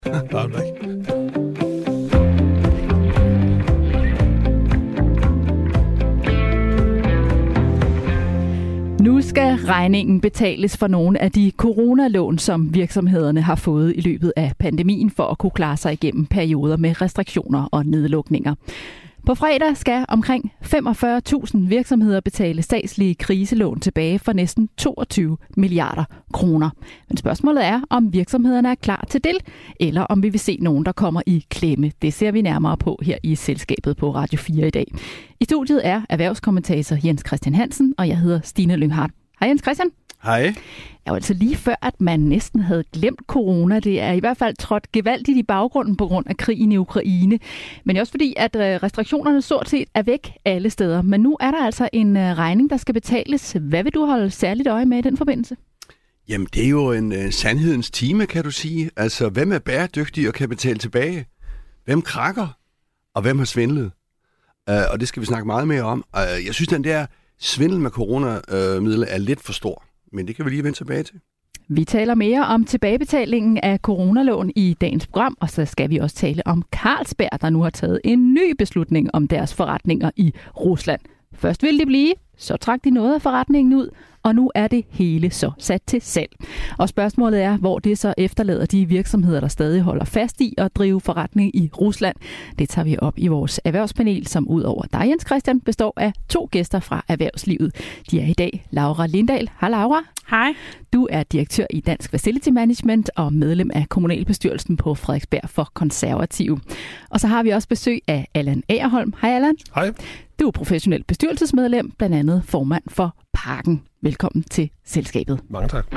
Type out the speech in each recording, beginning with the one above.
Nu skal regningen betales for nogle af de coronalån, som virksomhederne har fået i løbet af pandemien for at kunne klare sig igennem perioder med restriktioner og nedlukninger. På fredag skal omkring 45.000 virksomheder betale statslige kriselån tilbage for næsten 22 milliarder kroner. Men spørgsmålet er, om virksomhederne er klar til det, eller om vi vil se nogen, der kommer i klemme. Det ser vi nærmere på her i Selskabet på Radio 4 i dag. I studiet er erhvervskommentator Jens Christian Hansen, og jeg hedder Stine Lynghardt. Hej Jens Christian. Hej. Det var altså lige før, at man næsten havde glemt corona. Det er i hvert fald trådt gevaldigt i baggrunden på grund af krigen i Ukraine. Men også fordi, at restriktionerne stort set er væk alle steder. Men nu er der altså en regning, der skal betales. Hvad vil du holde særligt øje med i den forbindelse? Jamen, det er jo en sandhedens time, kan du sige. Altså, hvem er bæredygtig og kan betale tilbage? Hvem krakker? Og hvem har svindlet? Og det skal vi snakke meget mere om. Jeg synes, den der svindel med coronamidler er lidt for stor. Men det kan vi lige vende tilbage til. Vi taler mere om tilbagebetalingen af coronalån i dagens program, og så skal vi også tale om Carlsberg, der nu har taget en ny beslutning om deres forretninger i Rusland. Først ville de blive, så trak de noget af forretningen ud, og nu er det hele så sat til salg. Og spørgsmålet er, hvor det så efterlader de virksomheder, der stadig holder fast i at drive forretning i Rusland. Det tager vi op i vores erhvervspanel, som ud over dig, Jens Christian, består af 2 gæster fra erhvervslivet. De er i dag Laura Lindahl. Hej Laura. Hej. Du er direktør i Dansk Facility Management og medlem af kommunalbestyrelsen på Frederiksberg for Konservative. Og så har vi også besøg af Allan Agerholm. Hej Allan. Hej. Du er professionelt bestyrelsesmedlem, blandt andet formand for Parken. Velkommen til Selskabet. Mange tak.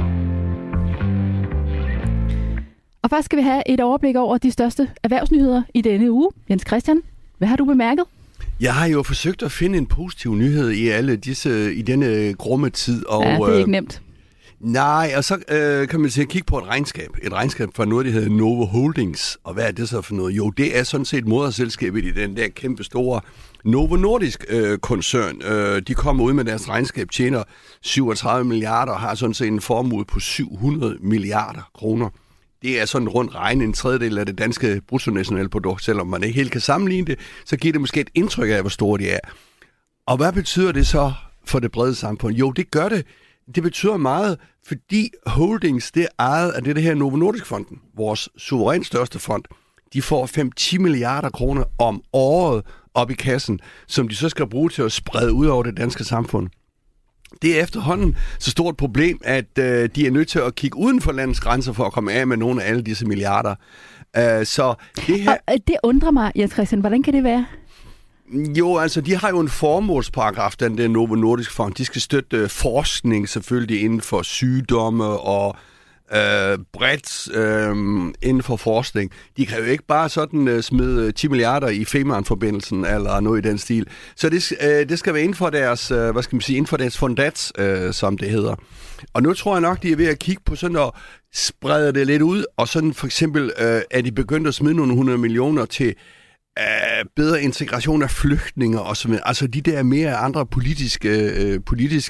Og først skal vi have et overblik over de største erhvervsnyheder i denne uge. Jens Christian, hvad har du bemærket? Jeg har jo forsøgt at finde en positiv nyhed i denne grumme tid. Og, ja, det er ikke nemt. Nej, og så kan man kigge på et regnskab. Et regnskab fra noget, der hedder Novo Holdings. Og hvad er det så for noget? Jo, det er sådan set moderselskabet i den der kæmpe store Novo Nordisk koncern. De kommer ud med deres regnskab, tjener 37 milliarder og har sådan set en formue på 700 milliarder kroner. Det er sådan rundt regnet en tredjedel af det danske bruttonationalprodukt. Selvom man ikke helt kan sammenligne det, så giver det måske et indtryk af, hvor store de er. Og hvad betyder det så for det brede samfund? Jo, det gør det. Det betyder meget, fordi Holdings, det er ejet af det her Novo Nordisk-fonden, vores suverænt største fond. De får 5-10 milliarder kroner om året op i kassen, som de så skal bruge til at sprede ud over det danske samfund. Det er efterhånden så stort problem, at de er nødt til at kigge uden for landets grænser for at komme af med nogle af alle disse milliarder. Så det her... Og det undrer mig, Jens Christian. Hvordan kan det være? Jo, altså de har jo en formålsparagraf, den der Novo Nordisk Fond. De skal støtte forskning selvfølgelig inden for sygdomme og bredt inden for forskning. De kan jo ikke bare sådan smide 10 milliarder i Femern-forbindelsen eller noget i den stil. Så det skal være inden for deres, inden for deres fondats, som det hedder. Og nu tror jeg nok, de er ved at kigge på sådan at sprede det lidt ud, og sådan for eksempel er de begyndt at smide nogle 100 millioner til bedre integration af flygtninge og så videre. Altså de der mere andre politiske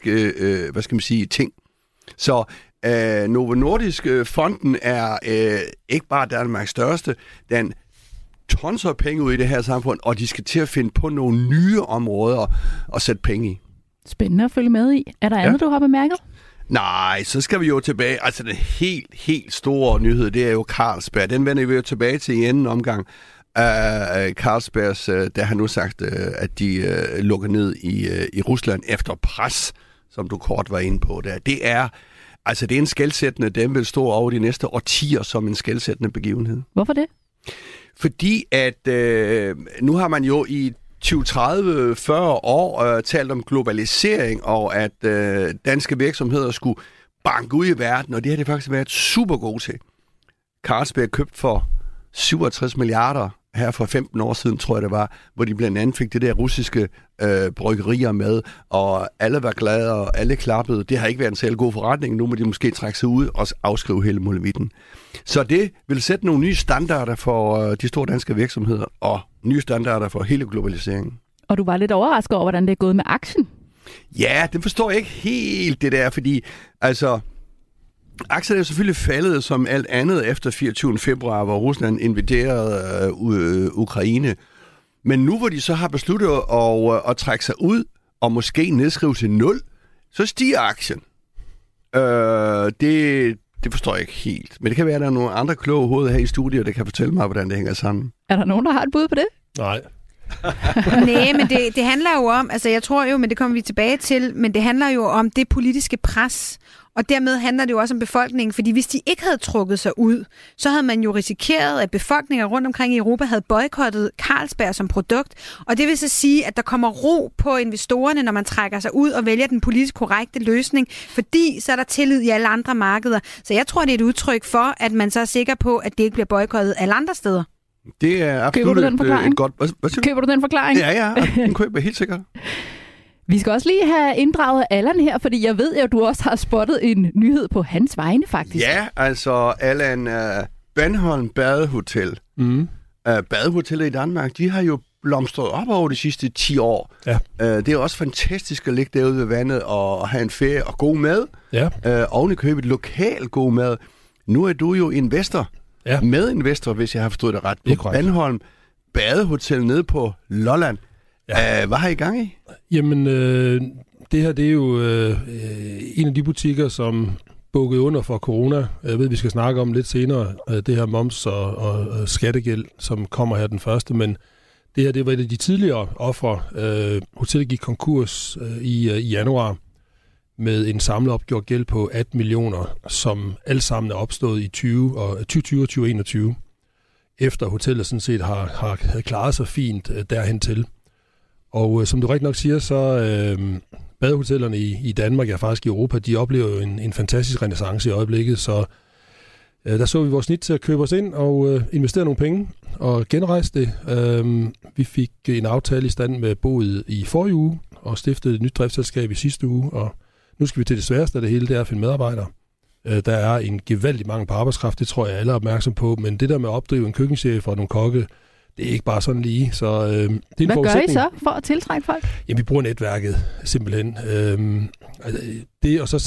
ting. Så Novo Nordisk Fonden er ikke bare Danmarks største, den tonser penge ud i det her samfund, og de skal til at finde på nogle nye områder at sætte penge i. Spændende at følge med i. Er der andet, du har bemærket? Nej, så skal vi jo tilbage. Altså den helt store nyhed, det er jo Carlsberg. Den vender vi jo tilbage til i anden omgang. Carlsbergs, der har nu sagt, at de lukker ned i Rusland efter pres, som du kort var inde på der. Det er en skelsættende, den vil stå over de næste årtier som en skelsættende begivenhed. Hvorfor det? Fordi at nu har man jo i 20-30-40 år talt om globalisering, og at danske virksomheder skulle banke ud i verden, og det har det faktisk været super gode til. Carlsberg købt for 67 milliarder her for 15 år siden, tror jeg det var, hvor de blandt andet fik det der russiske bryggerier med, og alle var glade, og alle klappede. Det har ikke været en særlig god forretning. Nu må de måske trække sig ud og afskrive hele muligheden. Så det vil sætte nogle nye standarder for de store danske virksomheder, og nye standarder for hele globaliseringen. Og du var lidt overrasket over, hvordan det er gået med aktien? Ja, det forstår jeg ikke helt det der, fordi altså Aktierne er selvfølgelig faldet som alt andet efter 24. februar, hvor Rusland invaderede Ukraine. Men nu hvor de så har besluttet at trække sig ud og måske nedskrive til 0, så stiger aktien. Det forstår jeg ikke helt. Men det kan være, at der er nogle andre kloge hoveder her i studiet, der kan fortælle mig, hvordan det hænger sammen. Er der nogen, der har et bud på det? Nej. Nej, men det handler jo om, altså jeg tror jo, men det kommer vi tilbage til, men det handler jo om det politiske pres, og dermed handler det jo også om befolkningen, fordi hvis de ikke havde trukket sig ud, så havde man jo risikeret, at befolkninger rundt omkring i Europa havde boykottet Carlsberg som produkt, og det vil så sige, at der kommer ro på investorerne, når man trækker sig ud og vælger den politisk korrekte løsning, fordi så er der tillid i alle andre markeder. Så jeg tror, det er et udtryk for, at man så er sikker på, at det ikke bliver boykottet alle andre steder. Det er absolut Køber du den forklaring? Godt. Hvad siger du? Køber du den forklaring? Ja, den køber jeg helt sikkert. Vi skal også lige have inddraget Allan her, fordi jeg ved, at du også har spottet en nyhed på hans vegne, faktisk. Ja, altså Allan, Bandholm Badehotel. Badehoteller i Danmark, de har jo blomstret op over de sidste 10 år. Ja. Det er også fantastisk at ligge derude ved vandet og have en ferie og god mad. Ja. Oven i købet lokal god mad. Nu er du jo investor. Ja. Medinvestor, hvis jeg har forstået det ret. På Bandholm Badehotel nede på Lolland. Ja. Hvad har I gang i? Jamen, det her det er jo en af de butikker, som bukkede under for corona. Jeg ved, vi skal snakke om lidt senere, det her moms og skattegæld, som kommer her den første, men det her det var et af de tidligere ofre. Hotellet gik konkurs i januar med en samlet opgjort gæld på 18 millioner, som alle sammen er opstået i 2020 og 2021, efter hotellet sådan set har klaret sig fint derhen til. Og som du rigtig nok siger, så badehotellerne i Danmark, ja faktisk i Europa, de oplever jo en fantastisk renæssance i øjeblikket, så der så vi vores snit til at købe os ind og investere nogle penge og genrejse det. Vi fik en aftale i stand med boet i forrige uge og stiftede et nyt driftsselskab i sidste uge, og nu skal vi til det sværeste af det hele, det er at finde medarbejdere. Der er en gevaldig mangel på arbejdskraft, det tror jeg alle er opmærksom på, men det der med at opdrive en køkkenchef og nogle kokke, det er ikke bare sådan lige. Så, det er en Hvad gør I så for at tiltrække folk? Jamen, vi bruger netværket simpelthen. Det og så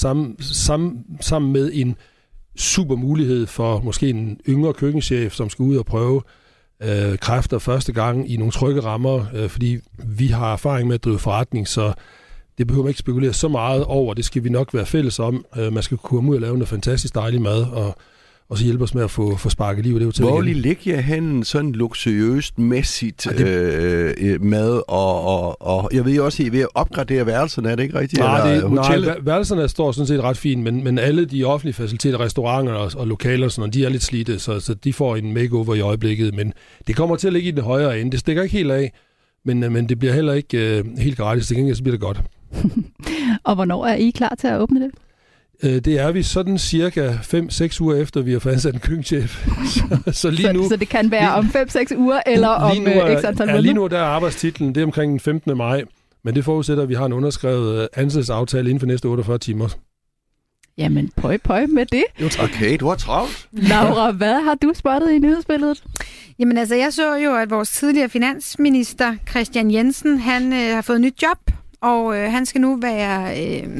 sammen med en super mulighed for måske en yngre køkkenchef, som skal ud og prøve kræfter første gang i nogle trygge rammer, fordi vi har erfaring med at drive forretning, så det behøver man ikke spekulere så meget over. Det skal vi nok være fælles om. Man skal komme ud og lave noget fantastisk dejlig mad, og så hjælpe os med at få sparket liv i det hotel. Hvor ligger jeg hen sådan luksuriøst mæssigt mad, og jeg ved også, at I er ved at opgradere værelserne, er det ikke rigtigt? Nej, værelserne står sådan set ret fint, men alle de offentlige faciliteter, restauranter og lokaler, sådan, de er lidt slidte, så de får en makeover i øjeblikket, men det kommer til at ligge i den højere ende. Det stikker ikke helt af, men det bliver heller ikke helt gratis, til gengæld så bliver det godt. Og hvornår er I klar til at åbne det? Det er vi sådan cirka 5-6 uger efter, vi har fået ansat en køkkenchef. så lige nu... Så det kan være om 5-6 uger, eller om x antal måneder? Lige nu der er arbejdstitlen, det er omkring den 15. maj. Men det forudsætter, at vi har en underskrevet ansættelsesaftale inden for næste 48 timer. Jamen, pøj med det. Okay, du har travlt. Laura, hvad har du spottet i nyhedsbilledet? Jamen altså, jeg så jo, at vores tidligere finansminister, Kristian Jensen, han har fået et nyt job, og han skal nu være...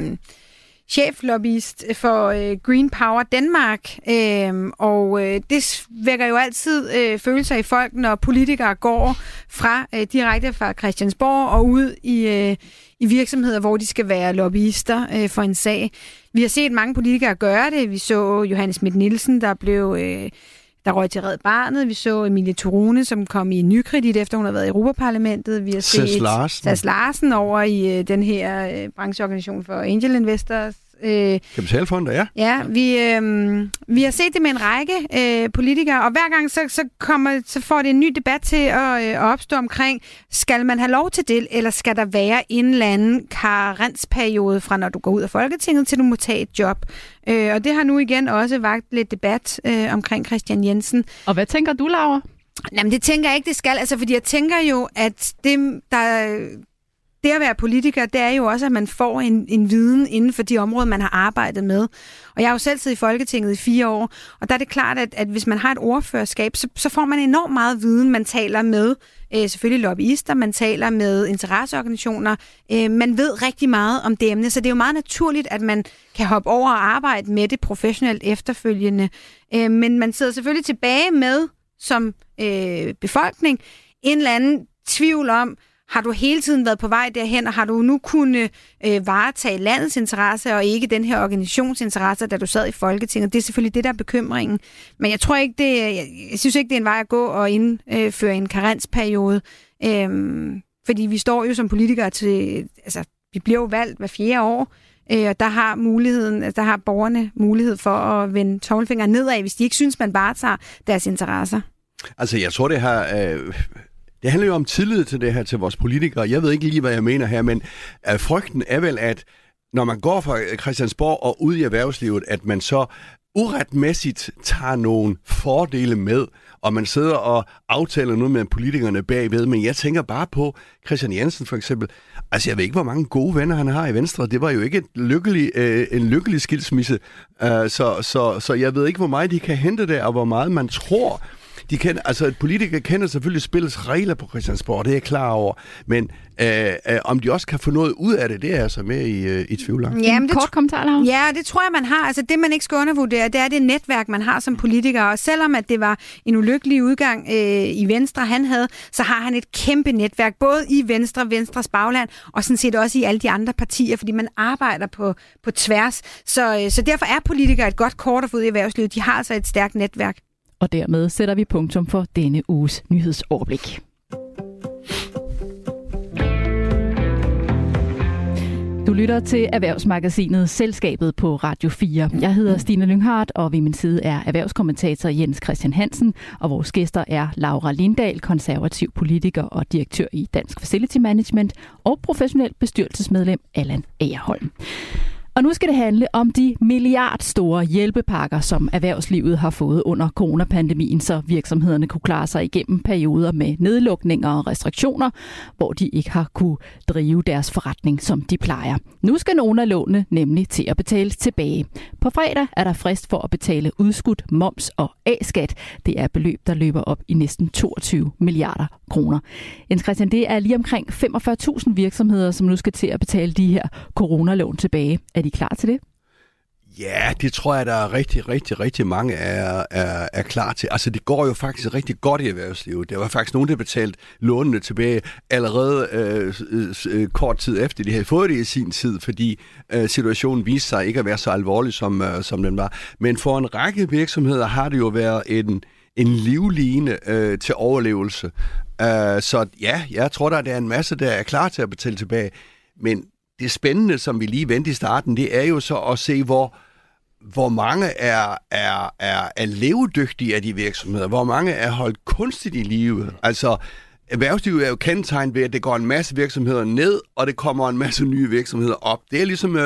cheflobbyist for Green Power Danmark, og det vækker jo altid følelser i folk, når politikere går direkte fra Christiansborg og ud i virksomheder, hvor de skal være lobbyister for en sag. Vi har set mange politikere gøre det. Vi så Johannes Schmidt-Nielsen, der røg til Red Barnet. Vi så Emilie Torune, som kom i Nykredit, efter hun har været i Europaparlamentet. Vi har set Sass Larsen over i den her brancheorganisation for Angel Investors. Kapitalfonder, ja. Ja, vi har set det med en række politikere, og hver gang så får det en ny debat til at opstå omkring, skal man have lov til det, eller skal der være en eller anden karensperiode fra når du går ud af Folketinget, til du må tage et job. Og det har nu igen også vagt lidt debat omkring Kristian Jensen. Og hvad tænker du, Det Jamen, det tænker jeg ikke, det skal. Altså, fordi jeg tænker jo, at det det at være politiker, det er jo også, at man får en viden inden for de områder, man har arbejdet med. Og jeg har jo selv siddet i Folketinget i 4 år, og der er det klart, at hvis man har et ordførerskab, så får man enormt meget viden. Man taler med selvfølgelig lobbyister, man taler med interesseorganisationer. Man ved rigtig meget om det emne, så det er jo meget naturligt, at man kan hoppe over og arbejde med det professionelt efterfølgende. Men man sidder selvfølgelig tilbage med, som befolkning, en eller anden tvivl om, har du hele tiden været på vej derhen, og har du nu kunnet varetage landets interesse, og ikke den her organisationsinteresse, da du sad i Folketinget? Det er selvfølgelig det, der er bekymringen. Men jeg tror ikke, jeg synes ikke, det er en vej at gå og indføre en karensperiode. Fordi vi står jo som politikere til, altså vi bliver jo valgt hver 4. år, og der har borgerne mulighed for at vende tommelfingeren nedad, hvis de ikke synes, man varetager deres interesser. Altså, jeg tror, det handler jo om tillid til det her, til vores politikere. Jeg ved ikke lige, hvad jeg mener her, men frygten er vel, at når man går fra Christiansborg og ud i erhvervslivet, at man så uretmæssigt tager nogle fordele med, og man sidder og aftaler noget med politikerne bagved. Men jeg tænker bare på Christian Jensen for eksempel. Altså, jeg ved ikke, hvor mange gode venner han har i Venstre. Det var jo ikke en lykkelig skilsmisse. Så jeg ved ikke, hvor meget de kan hente der, og hvor meget man tror. Et politikere kender selvfølgelig spillets regler på Christiansborg, det er jeg klar over. Men om de også kan få noget ud af det, det er jeg så med i tvivl om. Ja, kort kommentar, Laura. Ja, det tror jeg, man har. Altså det, man ikke skal undervurdere, det er det netværk, man har som politiker. Og selvom at det var en ulykkelig udgang i Venstre, han havde, så har han et kæmpe netværk, både i Venstres bagland, og sådan set også i alle de andre partier, fordi man arbejder på tværs. Så derfor er politikere et godt kort at få ud i erhvervslivet. De har altså et stærkt netværk. Og dermed sætter vi punktum for denne uges nyhedsoverblik. Du lytter til Erhvervsmagasinet Selskabet på Radio 4. Jeg hedder Stine Lynghardt, og ved min side er erhvervskommentator Jens Christian Hansen, og vores gæster er Laura Lindahl, konservativ politiker og direktør i Dansk Facility Management, og professionel bestyrelsesmedlem Allan Agerholm. Og nu skal det handle om de milliardstore hjælpepakker, som erhvervslivet har fået under coronapandemien, så virksomhederne kunne klare sig igennem perioder med nedlukninger og restriktioner, hvor de ikke har kunne drive deres forretning, som de plejer. Nu skal nogle af lånene nemlig til at betales tilbage. På fredag er der frist for at betale udskudt moms og A-skat. Det er beløb, der løber op i næsten 22 milliarder kroner. Jens Christian, det er lige omkring 45.000 virksomheder, som nu skal til at betale de her coronalån tilbage. Er de klar til det? Ja, det tror jeg, der er rigtig mange er klar til. Altså, det går jo faktisk rigtig godt i erhvervslivet. Der var faktisk nogen, der betalte lånene tilbage allerede kort tid efter, de havde fået det i sin tid, fordi situationen viste sig ikke at være så alvorlig, som den var. Men for en række virksomheder har det jo været en livline til overlevelse. Så ja, jeg tror, der er en masse, der er klar til at betale tilbage. Men det spændende, som vi lige vendte i starten, det er jo så at se, hvor mange er levedygtige af de virksomheder, hvor mange er holdt kunstigt i live. Altså, erhvervslivet er jo kendetegnet ved, at det går en masse virksomheder ned, og det kommer en masse nye virksomheder op. Det er ligesom,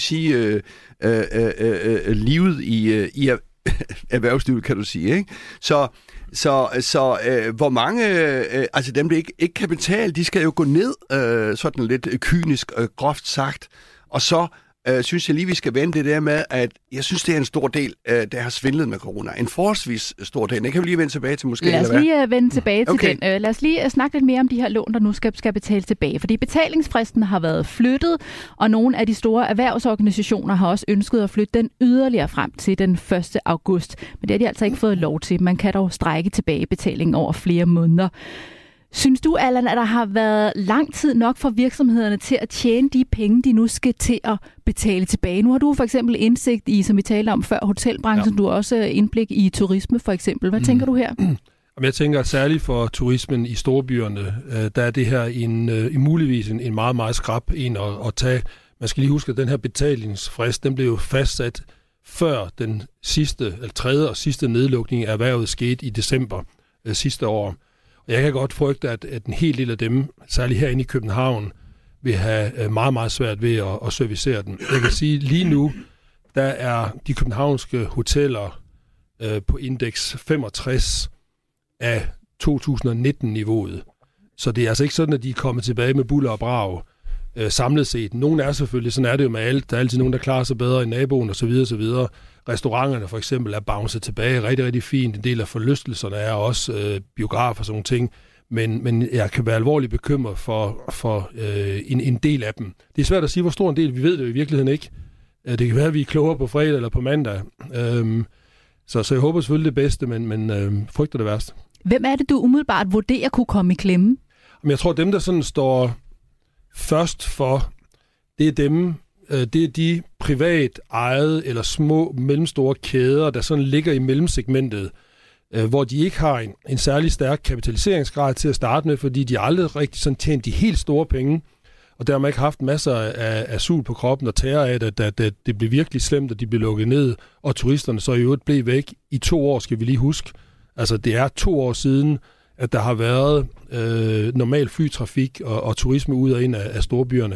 livet i erhvervslivet, kan du sige, ikke? Så hvor mange, altså dem, der ikke kan betale, de skal jo gå ned, sådan lidt kynisk, groft sagt. Og så synes jeg lige, vi skal vende det der med, at jeg synes, det er en stor del, der har svindlet med corona. En forholdsvis stor del. Det kan vi lige vende tilbage til måske. Lad os lige vende tilbage til den. Lad os lige snakke lidt mere om de her lån, der nu skal betales tilbage. Fordi betalingsfristen har været flyttet, og nogle af de store erhvervsorganisationer har også ønsket at flytte den yderligere frem til den 1. august. Men det har de altså ikke fået lov til. Man kan dog strække tilbagebetalingen over flere måneder. Synes du, Allan, at der har været lang tid nok for virksomhederne til at tjene de penge, de nu skal til at betale tilbage? Nu har du for eksempel indsigt i, som vi talte om før, hotelbranchen. Ja. Du har også indblik i turisme for eksempel. Hvad tænker du her? Jeg tænker, at særligt for turismen i storbyerne, der er det her muligvis en meget, meget skrap en at tage. Man skal lige huske, at den her betalingsfrist, den blev jo fastsat før den tredje og sidste nedlukning af erhvervet skete i december sidste år. Og jeg kan godt frygte, at en hel del af dem, særligt herinde i København, vil have meget, meget svært ved at servicere den. Jeg kan sige, lige nu, der er de københavnske hoteller på indeks 65 af 2019-niveauet. Så det er altså ikke sådan, at de er kommet tilbage med buller og brag. samlet set. Nogle er selvfølgelig, sådan er det jo med alt. Der er altid nogen, der klarer sig bedre end naboen osv. osv. Restauranterne for eksempel er bouncet tilbage rigtig, rigtig fint. En del af forlystelserne er også biografer og sådan nogle ting. Men jeg kan være alvorligt bekymret for en del af dem. Det er svært at sige, hvor stor en del. Vi ved det i virkeligheden ikke. Det kan være, at vi er klogere på fredag eller på mandag. Så jeg håber selvfølgelig det bedste, men frygter det værste. Hvem er det, du umiddelbart vurderer kunne komme i klemme? Men jeg tror, dem, der sådan står først for, det er dem, det er de privat ejede eller små, mellemstore kæder, der sådan ligger i mellemsegmentet, hvor de ikke har en særlig stærk kapitaliseringsgrad til at starte med, fordi de aldrig rigtig sådan tjent de helt store penge, og dermed ikke haft masser af sul på kroppen og tære af det, at det blev virkelig slemt, at de blev lukket ned, og turisterne så i øvrigt blev væk i 2 år, skal vi lige huske. Altså, det er 2 år siden, at der har været normal flytrafik og turisme ud og ind af storbyerne.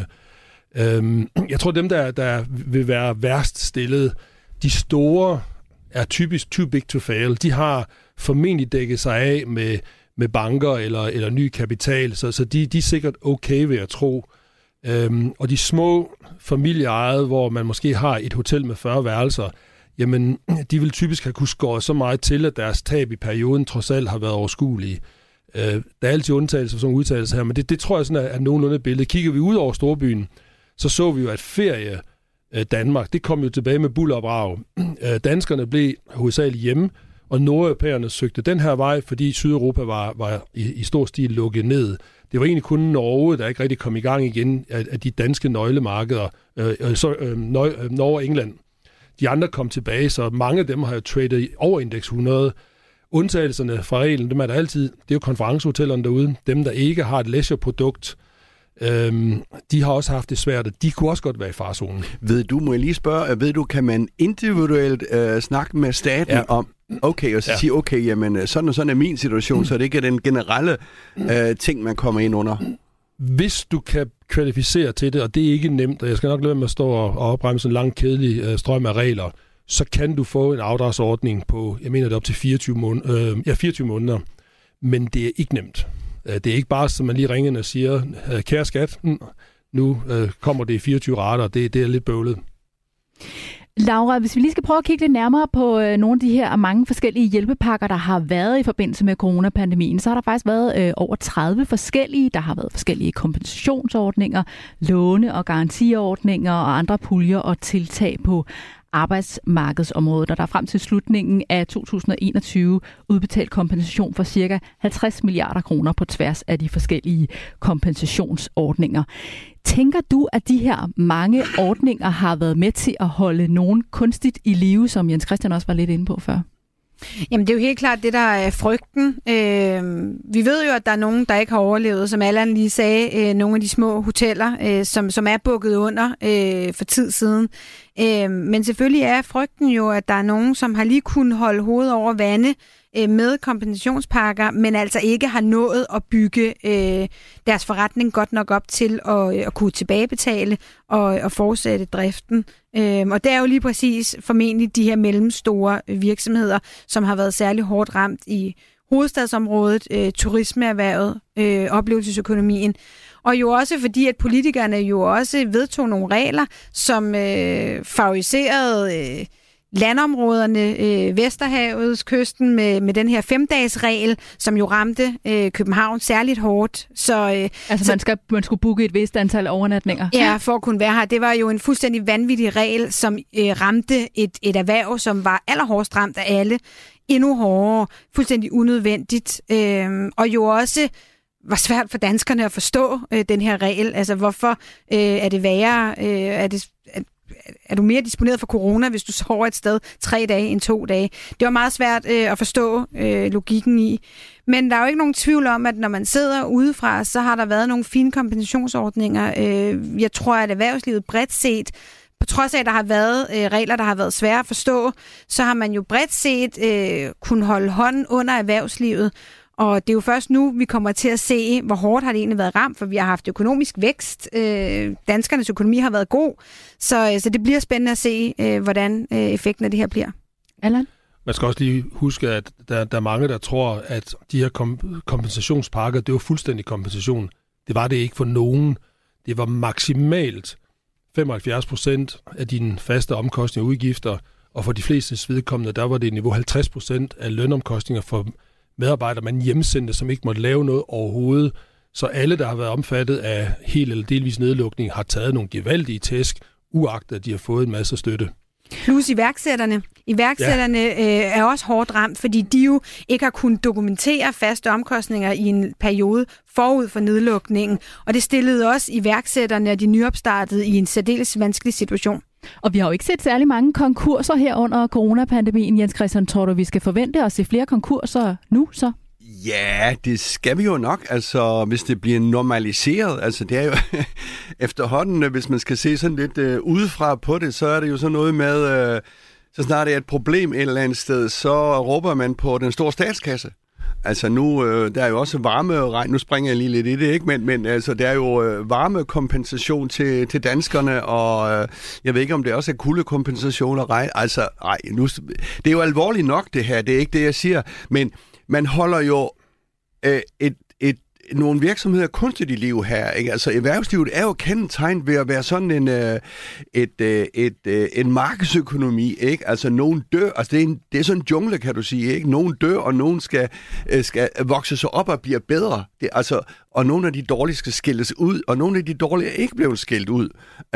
Jeg tror, dem, der vil være værst stillet, de store er typisk too big to fail. De har formentlig dækket sig af med banker eller ny kapital, så de er sikkert okay, vil jeg tro. Og de små familieejede, hvor man måske har et hotel med 40 værelser, jamen, de vil typisk have kunne skåre så meget til, at deres tab i perioden trods alt har været overskuelige. Der er altid undtagelser for sådan en udtalelse her, men det tror jeg sådan er nogenlunde billede. Kigger vi ud over storbyen, så vi jo, at ferie Danmark, det kom jo tilbage med bulder og brag. Danskerne blev hovedsageligt hjemme, og nordeuropæerne søgte den her vej, fordi Sydeuropa var i stor stil lukket ned. Det var egentlig kun Norge, der ikke rigtig kom i gang igen af de danske nøglemarkeder, Norge og England. De andre kom tilbage, så mange af dem har jo tradet over indeks 100. Undtagelserne fra reglen, dem er der altid. Det er jo konferencehotellerne derude. Dem, der ikke har et leisure-produkt, de har også haft det svært, og de kunne også godt være i farzonen. Må jeg lige spørge, kan man individuelt snakke med staten om, okay, og så sige, okay, jamen sådan og sådan er min situation, så det ikke er den generelle ting, man kommer ind under? Hvis du kan kvalificere til det, og det er ikke nemt, og jeg skal nok lade med at stå og opremse en lang, kedelig strøm af regler, så kan du få en afdragsordning på, jeg mener det op til 24 måneder, men det er ikke nemt. Det er ikke bare, som man lige ringer ind og siger, kære skat, nu kommer det i 24 rater, det er lidt bøvlet. Laura, hvis vi lige skal prøve at kigge lidt nærmere på nogle af de her mange forskellige hjælpepakker, der har været i forbindelse med coronapandemien, så har der faktisk været over 30 forskellige. Der har været forskellige kompensationsordninger, låne- og garantiordninger og andre puljer og tiltag på arbejdsmarkedsområdet, og der er frem til slutningen af 2021 udbetalt kompensation for ca. 50 milliarder kroner på tværs af de forskellige kompensationsordninger. Tænker du, at de her mange ordninger har været med til at holde nogen kunstigt i live, som Jens Christian også var lidt inde på før? Jamen, det er jo helt klart det, der er frygten. Vi ved jo, at der er nogen, der ikke har overlevet, som Allan lige sagde, nogle af de små hoteller, som er bukket under for tid siden. Men selvfølgelig er frygten jo, at der er nogen, som har lige kunnet holde hovedet over vande med kompensationspakker, men altså ikke har nået at bygge deres forretning godt nok op til at kunne tilbagebetale og fortsætte driften. Og det er jo lige præcis formentlig de her mellemstore virksomheder, som har været særlig hårdt ramt i hovedstadsområdet, turismeerhvervet, oplevelsesøkonomien. Og jo også fordi, at politikerne jo også vedtog nogle regler, som favoriserede landområderne, Vesterhavets kysten med den her 5-dages-regel, som jo ramte København særligt hårdt. Så man skulle booke et vist antal overnatninger? Ja, for at kunne være her. Det var jo en fuldstændig vanvittig regel, som ramte et erhverv, som var allerhårdest ramt af alle. Endnu hårdere, fuldstændig unødvendigt. Og jo også var svært for danskerne at forstå den her regel. Altså, hvorfor er det værre? Er du mere disponeret for corona, hvis du sover et sted 3 dage end 2 dage? Det var meget svært at forstå logikken i. Men der er jo ikke nogen tvivl om, at når man sidder udefra, så har der været nogle fine kompensationsordninger. Jeg tror, at erhvervslivet bredt set, på trods af, at der har været regler, der har været svære at forstå, så har man jo bredt set kunnet holde hånden under erhvervslivet. Og det er jo først nu, vi kommer til at se, hvor hårdt har det egentlig været ramt, for vi har haft økonomisk vækst. Danskernes økonomi har været god, så det bliver spændende at se, hvordan effekten af det her bliver. Allan? Man skal også lige huske, at der er mange, der tror, at de her kompensationspakker, det var fuldstændig kompensation. Det var det ikke for nogen. det var maksimalt 75% af dine faste omkostninger og udgifter, og for de fleste vedkommende, der var det niveau 50% af lønomkostninger for medarbejdere, man hjemsendte, som ikke måtte lave noget overhovedet. Så alle, der har været omfattet af helt eller delvis nedlukning, har taget nogle gevaldige tæsk, uagtet at de har fået en masse støtte. Plus iværksætterne. Iværksætterne er også hårdt ramt, fordi de jo ikke har kunnet dokumentere faste omkostninger i en periode forud for nedlukningen. Og det stillede også iværksætterne og de nyopstartede i en særdeles vanskelig situation. Og vi har jo ikke set særlig mange konkurser her under coronapandemien. Jens Christian, tror du, vi skal forvente at se flere konkurser nu så? Ja, det skal vi jo nok, altså hvis det bliver normaliseret. Altså det er jo efterhånden, hvis man skal se sådan lidt udefra på det, så er det jo sådan noget med, så snart det er et problem et eller andet sted, så råber man på den store statskasse. Altså nu, der er jo også varmeregn, nu springer jeg lige lidt i det, ikke? Men altså, der er jo varmekompensation til danskerne, og jeg ved ikke, om det også er kuldekompensation og regn. Altså, det er jo alvorligt nok det her, det er ikke det, jeg siger, men man holder jo nogle virksomheder kunstigt i liv her, ikke? Altså erhvervslivet er jo kendetegnet ved at være sådan en markedsøkonomi, ikke? Altså nogen dør, altså det er sådan en jungle, kan du sige, ikke? Nogen dør, og nogen skal vokse sig op og blive bedre. Og nogle af de dårlige skal skilles ud, og nogle af de dårlige er ikke blevet skilt ud,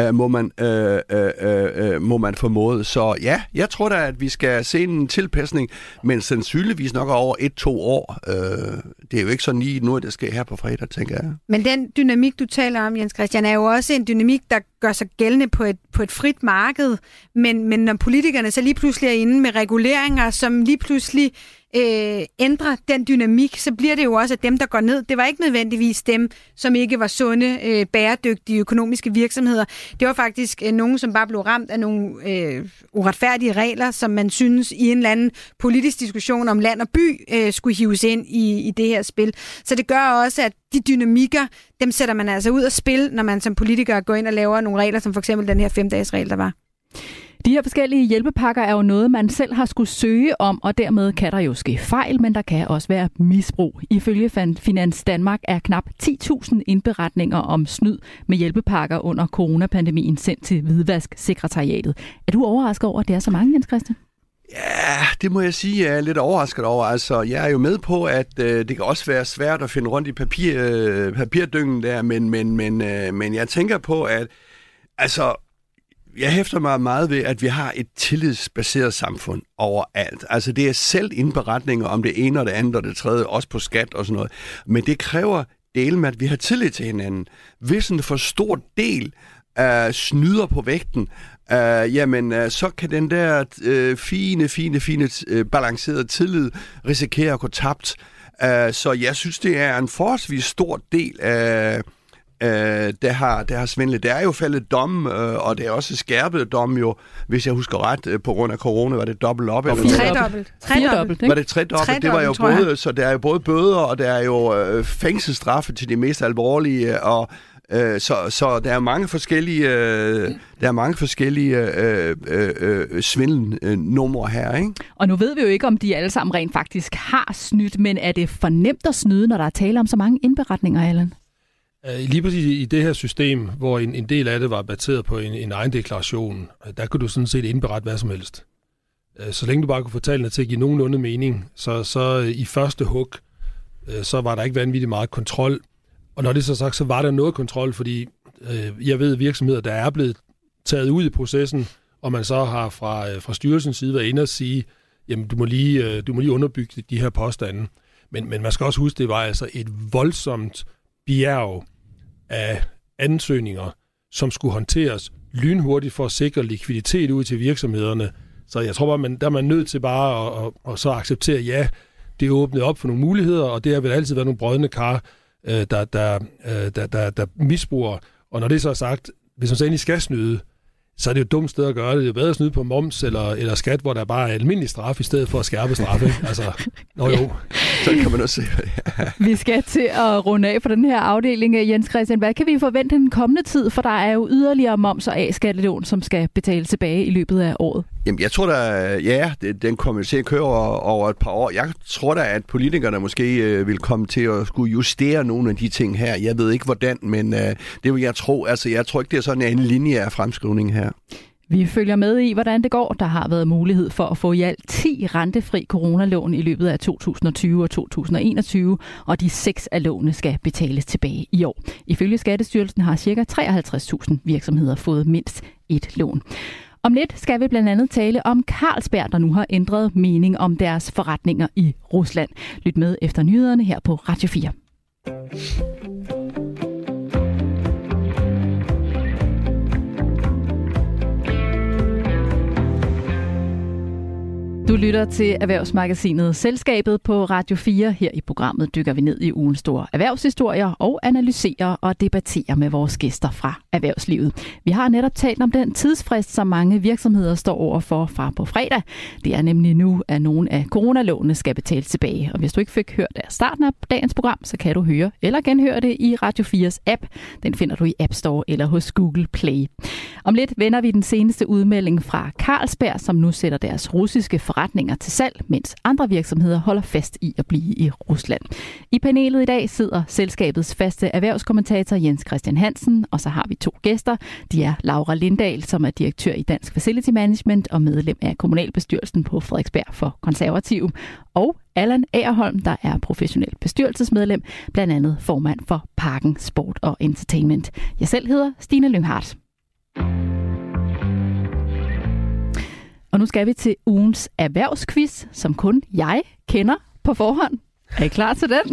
må man formode. Så ja, jeg tror da, at vi skal se en tilpasning, men sandsynligvis nok over 1-2 år. Det er jo ikke sådan lige nu, at det sker her på fredag, tænker jeg. Men den dynamik, du taler om, Jens Christian, er jo også en dynamik, der gør sig gældende på et frit marked, men når politikerne så lige pludselig er inde med reguleringer, som lige pludselig ændrer den dynamik, så bliver det jo også, at dem, der går ned, det var ikke nødvendigvis dem, som ikke var sunde, bæredygtige økonomiske virksomheder. Det var faktisk nogen, som bare blev ramt af nogle uretfærdige regler, som man synes i en eller anden politisk diskussion om land og by skulle hives ind i det her spil. Så det gør også, at de dynamikker, dem sætter man altså ud af spil, når man som politiker går ind og laver nogle regler, som for eksempel den her 5-dages-regel, der var. De her forskellige hjælpepakker er jo noget, man selv har skulle søge om, og dermed kan der jo ske fejl, men der kan også være misbrug. Ifølge Finans Danmark er knap 10.000 indberetninger om snyd med hjælpepakker under coronapandemien sendt til Hvidvasksekretariatet. Er du overrasket over, at det er så mange, Jens Christian? Ja, det må jeg sige, jeg er lidt overrasket over. Altså, jeg er jo med på, at det kan også være svært at finde rundt i papirdyngen der, men jeg tænker på, at altså, jeg hæfter mig meget ved, at vi har et tillidsbaseret samfund overalt. Altså det er selv indberetninger om det ene og det andet og det tredje, også på skat og sådan noget. Men det kræver del med, at vi har tillid til hinanden. Hvis en for stor del snyder på vægten, så kan den der fine balancerede tillid risikere at gå tabt. Så jeg synes, det er en forholdsvis stor del af der har svindlet. Der er jo faldet domme, og det er også skærpet domme jo, hvis jeg husker ret, på grund af corona, var det dobbelt op? Tredobbelt. Var det tredobbelt? Det var jo både, så der er jo både bøder, og der er jo fængselsstraffe til de mest alvorlige, og så der er mange forskellige, svindelnumre her, ikke? Og nu ved vi jo ikke, om de alle sammen rent faktisk har snydt, men er det for nemt at snyde, når der er tale om så mange indberetninger, Allan? Lige præcis i det her system, hvor en del af det var baseret på en egen deklaration, der kunne du sådan set indberette hvad som helst. Så længe du bare kunne få tallene til at give nogenlunde mening, så i første hug, så var der ikke vanvittigt meget kontrol. Og når det så sagt, så var der noget kontrol, fordi jeg ved virksomheder, der er blevet taget ud i processen, og man så har fra styrelsens side været inde og sige, jamen du må lige underbygge de her påstande. Men man skal også huske, det var altså et voldsomt bjerg af ansøgninger, som skulle håndteres lynhurtigt for at sikre likviditet ud til virksomhederne. Så jeg tror bare, der er man nødt til bare at så acceptere, ja, det er åbnet op for nogle muligheder, og det har vel altid været nogle brodne kar, der misbruger. Og når det så er sagt, hvis man så endelig skal snyde, så er det jo et dumt sted at gøre det. Det er jo bedre at snyde på moms eller skat, hvor der bare er almindelig straf, i stedet for at skærpe straffe. Altså, jo. Så kan man også se. Vi skal til at runde af på den her afdeling. Jens Christian, hvad kan vi forvente den kommende tid? For der er jo yderligere moms og A-skattelån, som skal betales tilbage i løbet af året. Jamen, jeg tror da, den kommer til at køre over et par år. Jeg tror da, at politikerne måske vil komme til at skulle justere nogle af de ting her. Jeg ved ikke, hvordan, men det vil jeg tro. Altså, jeg tror ikke, det er sådan en linje af fremskrivning her. Vi følger med i, hvordan det går. Der har været mulighed for at få i alt 10 rentefri coronalån i løbet af 2020 og 2021, og de 6 af lånene skal betales tilbage i år. Ifølge Skattestyrelsen har ca. 53.000 virksomheder fået mindst et lån. Om lidt skal vi blandt andet tale om Carlsberg, der nu har ændret mening om deres forretninger i Rusland. Lyt med efter nyhederne her på Radio 4. Du lytter til Erhvervsmagasinet Selskabet på Radio 4. Her i programmet dykker vi ned i ugens store erhvervshistorier og analyserer og debatterer med vores gæster fra erhvervslivet. Vi har netop talt om den tidsfrist, som mange virksomheder står overfor fra på fredag. Det er nemlig nu, at nogle af coronalånene skal betales tilbage. Og hvis du ikke fik hørt af starten af dagens program, så kan du høre eller genhøre det i Radio 4's app. Den finder du i App Store eller hos Google Play. Om lidt vender vi den seneste udmelding fra Carlsberg, som nu sætter deres russiske forretninger til salg, mens andre virksomheder holder fast i at blive i Rusland. I panelet i dag sidder selskabets faste erhvervskommentator Jens Christian Hansen, og så har vi 2 gæster. De er Laura Lindahl, som er direktør i Dansk Facility Management og medlem af kommunalbestyrelsen på Frederiksberg for Konservative, og Allan Agerholm, der er professionel bestyrelsesmedlem, blandt andet formand for Parken Sport og Entertainment. Jeg selv hedder Stine Lynghardt. Og nu skal vi til ugens erhvervsquiz, som kun jeg kender på forhånd. Er I klar til den?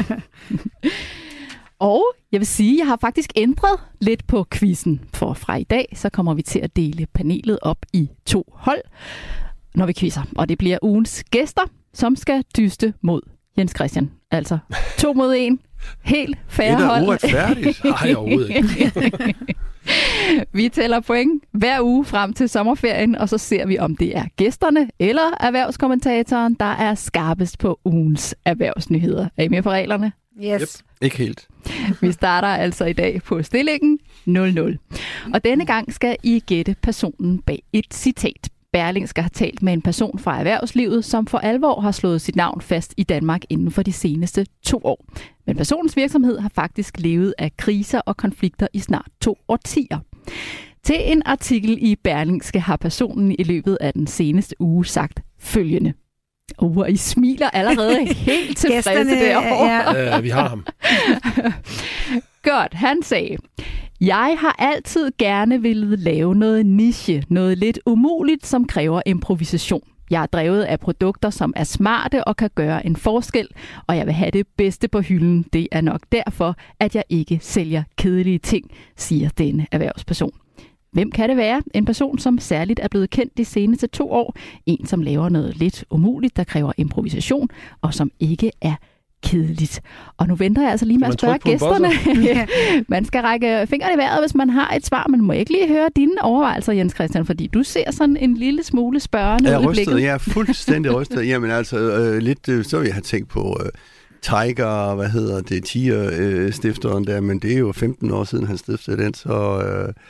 Og jeg vil sige, at jeg har faktisk ændret lidt på quizzen. For fra i dag, så kommer vi til at dele panelet op i 2 hold, når vi quizzer. Og det bliver ugens gæster, som skal dyste mod Jens Christian. Altså 2 mod 1. Helt fair hold. Det er da uretfærdigt. Nej, overhovedet ikke. Vi tæller point hver uge frem til sommerferien, og så ser vi, om det er gæsterne eller erhvervskommentatoren, der er skarpest på ugens erhvervsnyheder. Er I med på reglerne? Yes. Yep. Ikke helt. Vi starter altså i dag på stillingen 0-0. Og denne gang skal I gætte personen bag et citat. Berlingske har talt med en person fra erhvervslivet, som for alvor har slået sit navn fast i Danmark inden for de seneste 2 år. Men personens virksomhed har faktisk levet af kriser og konflikter i snart 2 årtier. Til en artikel i Berlingske har personen i løbet af den seneste uge sagt følgende. Og I smiler allerede helt tilfredse derovre. Ja, vi har ham. Godt, han sagde: Jeg har altid gerne ville lave noget niche, noget lidt umuligt, som kræver improvisation. Jeg er drevet af produkter, som er smarte og kan gøre en forskel, og jeg vil have det bedste på hylden. Det er nok derfor, at jeg ikke sælger kedelige ting, siger denne erhvervsperson. Hvem kan det være? En person, som særligt er blevet kendt de seneste 2 år. En, som laver noget lidt umuligt, der kræver improvisation, og som ikke er kedeligt. Og nu venter jeg altså lige med at spørge gæsterne. Man skal række fingrene i vejret, hvis man har et svar. Man må ikke lige høre dine overvejelser, Jens Christian, fordi du ser sådan en lille smule spørgende ud i blikket. Jeg er fuldstændig rystet. Jamen altså, lidt så jeg har tænkt på Tiger, Tiger-stifteren der, men det er jo 15 år siden, han stiftede den, så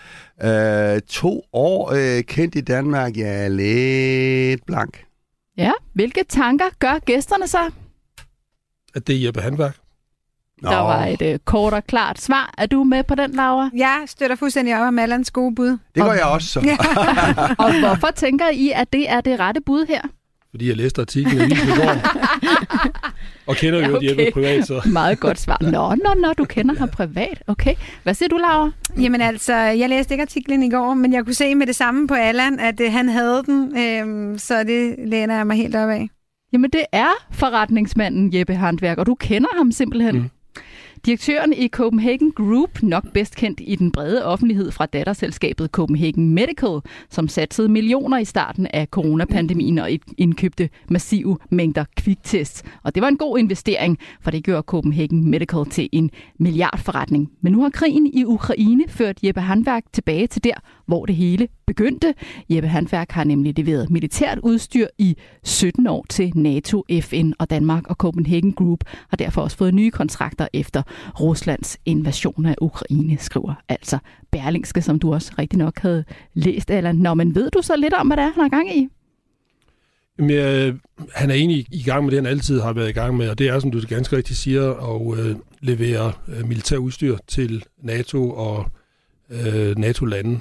2 år kendt i Danmark, jeg er lidt blank. Ja, hvilke tanker gør gæsterne så? At det er Jeppe Handværk. Der var et kort og klart svar. Er du med på den, Laura? Jeg støtter fuldstændig op om Allans gode bud. Det gør jeg også så. Og hvorfor tænker I, at det er det rette bud her? Fordi jeg læste artiklen i går. Og kender jo Jeppe privat, så... Meget godt svar. Nå, du kender ham privat. Okay. Hvad siger du, Laura? Jamen altså, jeg læste ikke artiklen i går, men jeg kunne se med det samme på Allan, at han havde den, så det læner jeg mig helt op af. Jamen, det er forretningsmanden Jeppe Handværk, og du kender ham simpelthen. Mm. Direktøren i Copenhagen Group, nok bedst kendt i den brede offentlighed fra datterselskabet Copenhagen Medical, som satsede millioner i starten af coronapandemien og indkøbte massive mængder kviktest. Og det var en god investering, for det gjorde Copenhagen Medical til en milliardforretning. Men nu har krigen i Ukraine ført Jeppe Handværk tilbage til der, hvor det hele begyndte. Jeppe Handværk har nemlig leveret militært udstyr i 17 år til NATO, FN og Danmark, og Copenhagen Group har derfor også fået nye kontrakter efter Ruslands invasion af Ukraine, skriver altså Berlingske, som du også rigtig nok havde læst, Allan. Nå, men ved du så lidt om, hvad det er, han har gang i? Jamen, han er egentlig i gang med det, han altid har været i gang med, og det er, som du ganske rigtigt siger, at levere militær udstyr til NATO og NATO-lande.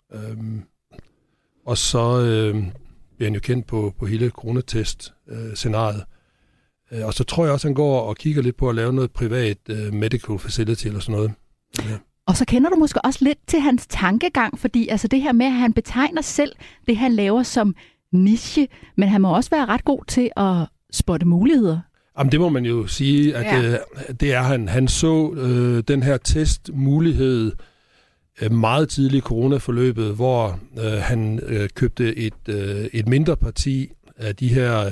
Og så bliver han jo kendt på hele coronatest-scenariet. Og så tror jeg også, han går og kigger lidt på at lave noget privat medical facility eller sådan noget. Ja. Og så kender du måske også lidt til hans tankegang, fordi altså det her med, at han betegner selv det, han laver som niche, men han må også være ret god til at spotte muligheder. Jamen, det må man jo sige, at det er han. Han så den her testmulighed meget tidligt i coronaforløbet, hvor han købte et mindre parti af de her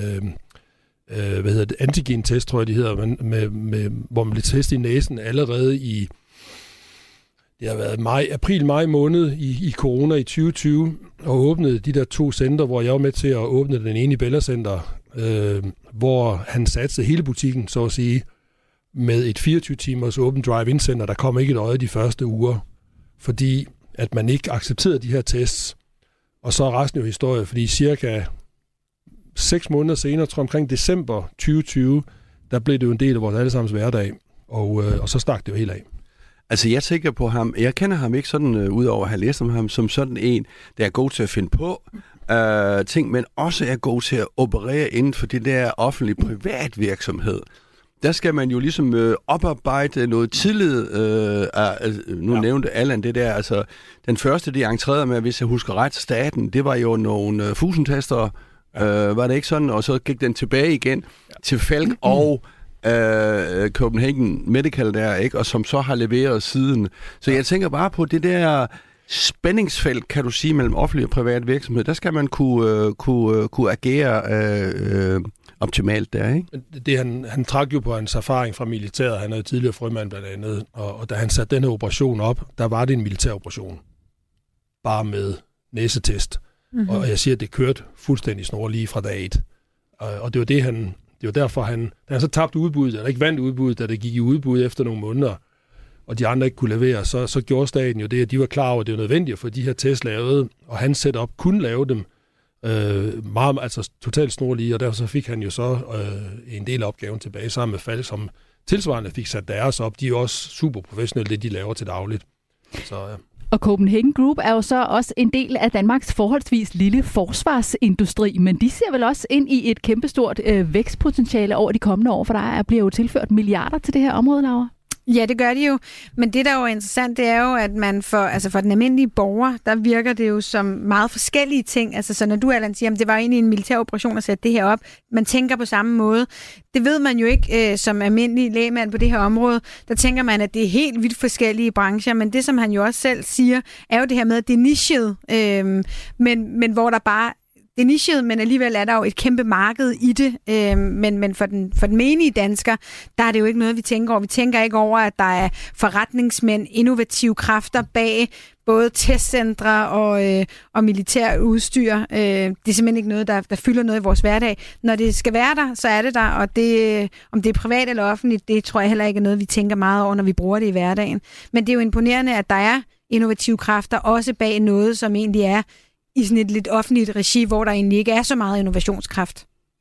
antigen-test, tror jeg, de hedder, hvor man blev testet i næsen allerede i det har været april-maj måned i corona i 2020, og åbnede de der 2 centre, hvor jeg var med til at åbne den ene i Bella Center, hvor han satsede hele butikken, så at sige, med et 24-timers open drive-in center. Der kom ikke et øje de første uger, fordi at man ikke accepterede de her tests. Og så er resten jo historie, fordi cirka 6 måneder senere, tror jeg omkring december 2020, der blev det jo en del af vores allesammens hverdag, og så stak det jo helt af. Altså, jeg tænker på ham. Jeg kender ham ikke sådan, udover at have læst om ham, som sådan en, der er god til at finde på ting, men også er god til at operere inden for det der offentlig-privat virksomhed. Der skal man jo ligesom oparbejde noget tillid. Nævnte Allan det der. Altså, den første, de entrerede med, hvis jeg husker ret, staten, det var jo nogle fusentester. Var det ikke sådan? Og så gik den tilbage igen til Falck og Copenhagen Medical der, ikke? Og som så har leveret siden. Så jeg tænker bare på det der spændingsfelt, kan du sige, mellem offentlig og privat virksomhed. Der skal man kunne agere optimalt der, ikke? Det, han trak jo på hans erfaring fra militæret. Han er jo tidligere frømand blandt andet, og da han satte denne operation op, der var det en militær operation. Bare med næsetest. Mm-hmm. Og jeg siger, at det kørte fuldstændig snor lige fra dag 1. Og det var det, det var derfor, da han så tabte udbuddet, eller ikke vandt udbuddet, da det gik i udbud efter nogle måneder, og de andre ikke kunne levere, så gjorde staten jo det, at de var klar over, at det var nødvendigt at få de her tests lavet, og hans setup kunne lave dem meget, altså totalt snorlige, og derfor så fik han jo så en del af opgaven tilbage sammen med Falck, som tilsvarende fik sat deres op. De er jo også super professionelle, det de laver til dagligt. Så ja. Og Copenhagen Group er jo så også en del af Danmarks forholdsvis lille forsvarsindustri, men de ser vel også ind i et kæmpestort vækstpotentiale over de kommende år, for der bliver jo tilført milliarder til det her område, Laura. Ja, det gør de jo. Men det, der er jo interessant, det er jo, at man for den almindelige borger, der virker det jo som meget forskellige ting. Altså, så når du, Allan, siger, at det var egentlig en militær operation at sætte det her op, man tænker på samme måde. Det ved man jo ikke som almindelig lægmand på det her område. Der tænker man, at det er helt vidt forskellige brancher, men det, som han jo også selv siger, er jo det her med, at det er nichet, men hvor der bare det er nichet, men alligevel er der jo et kæmpe marked i det. Men for den menige dansker, der er det jo ikke noget, vi tænker over. Vi tænker ikke over, at der er forretningsmænd, innovative kræfter bag både testcentre og militær udstyr. Det er simpelthen ikke noget, der fylder noget i vores hverdag. Når det skal være der, så er det der, og det, om det er privat eller offentligt, det tror jeg heller ikke er noget, vi tænker meget over, når vi bruger det i hverdagen. Men det er jo imponerende, at der er innovative kræfter også bag noget, som egentlig er i sådan et lidt offentligt regi, hvor der egentlig ikke er så meget innovationskraft.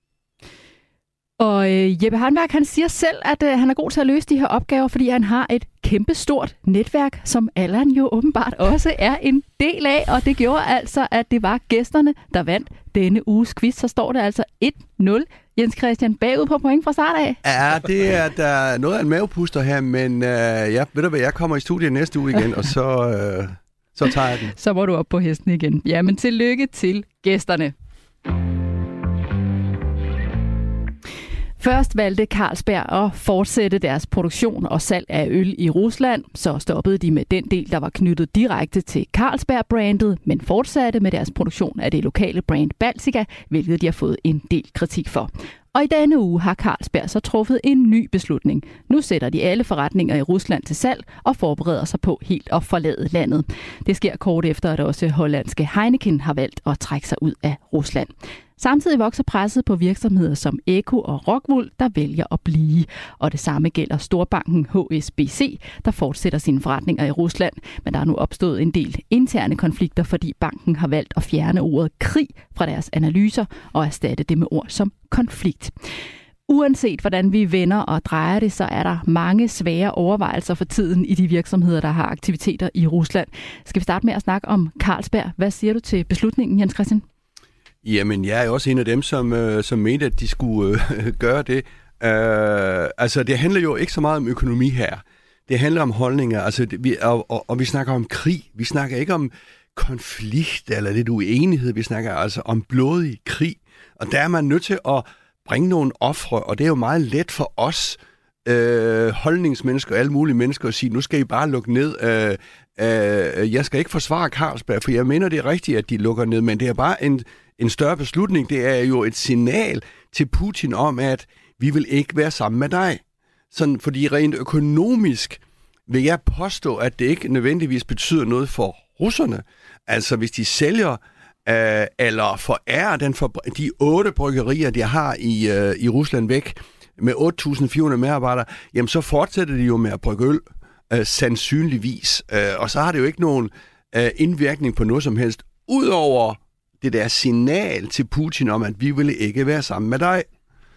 Og Jeppe Handværk, han siger selv, at han er god til at løse de her opgaver, fordi han har et kæmpestort netværk, som Allan jo åbenbart også er en del af, og det gjorde altså, at det var gæsterne, der vandt denne uges quiz. Så står det altså 1-0. Jens Christian, bagud på point fra start af. Ja, det er der noget af en mavepuster her, men ved du hvad, jeg kommer i studiet næste uge igen, og så tager jeg den. Så må du op på hesten igen. Jamen, tillykke til gæsterne. Først valgte Carlsberg at fortsætte deres produktion og salg af øl i Rusland. Så stoppede de med den del, der var knyttet direkte til Carlsberg-brandet, men fortsatte med deres produktion af det lokale brand Baltika, hvilket de har fået en del kritik for. Og i denne uge har Carlsberg så truffet en ny beslutning. Nu sætter de alle forretninger i Rusland til salg og forbereder sig på helt at forlade landet. Det sker kort efter, at også hollandske Heineken har valgt at trække sig ud af Rusland. Samtidig vokser presset på virksomheder som Eko og Rockwool, der vælger at blive. Og det samme gælder storbanken HSBC, der fortsætter sine forretninger i Rusland. Men der er nu opstået en del interne konflikter, fordi banken har valgt at fjerne ordet krig fra deres analyser og erstatte det med ord som konflikt. Uanset hvordan vi vender og drejer det, så er der mange svære overvejelser for tiden i de virksomheder, der har aktiviteter i Rusland. Skal vi starte med at snakke om Carlsberg? Hvad siger du til beslutningen, Jens Christian? Jamen, jeg er også en af dem, som mente, at de skulle gøre det. Altså, det handler jo ikke så meget om økonomi her. Det handler om holdninger. Altså, vi snakker om krig. Vi snakker ikke om konflikt eller lidt uenighed. Vi snakker altså om blodig krig. Og der er man nødt til at bringe nogle ofre, og det er jo meget let for os holdningsmennesker og alle mulige mennesker at sige, nu skal I bare lukke ned. Jeg skal ikke forsvare Carlsberg, for jeg mener, det er rigtigt, at de lukker ned, men det er bare en større beslutning. Det er jo et signal til Putin om, at vi vil ikke være sammen med dig. Sådan, fordi rent økonomisk vil jeg påstå, at det ikke nødvendigvis betyder noget for russerne. Altså hvis de sælger eller forærer de 8 bryggerier, de har i Rusland væk med 8.400 medarbejdere, jamen så fortsætter de jo med at brygge øl, sandsynligvis. Og så har det jo ikke nogen indvirkning på noget som helst, udover det der signal til Putin om, at vi vil ikke være sammen med dig.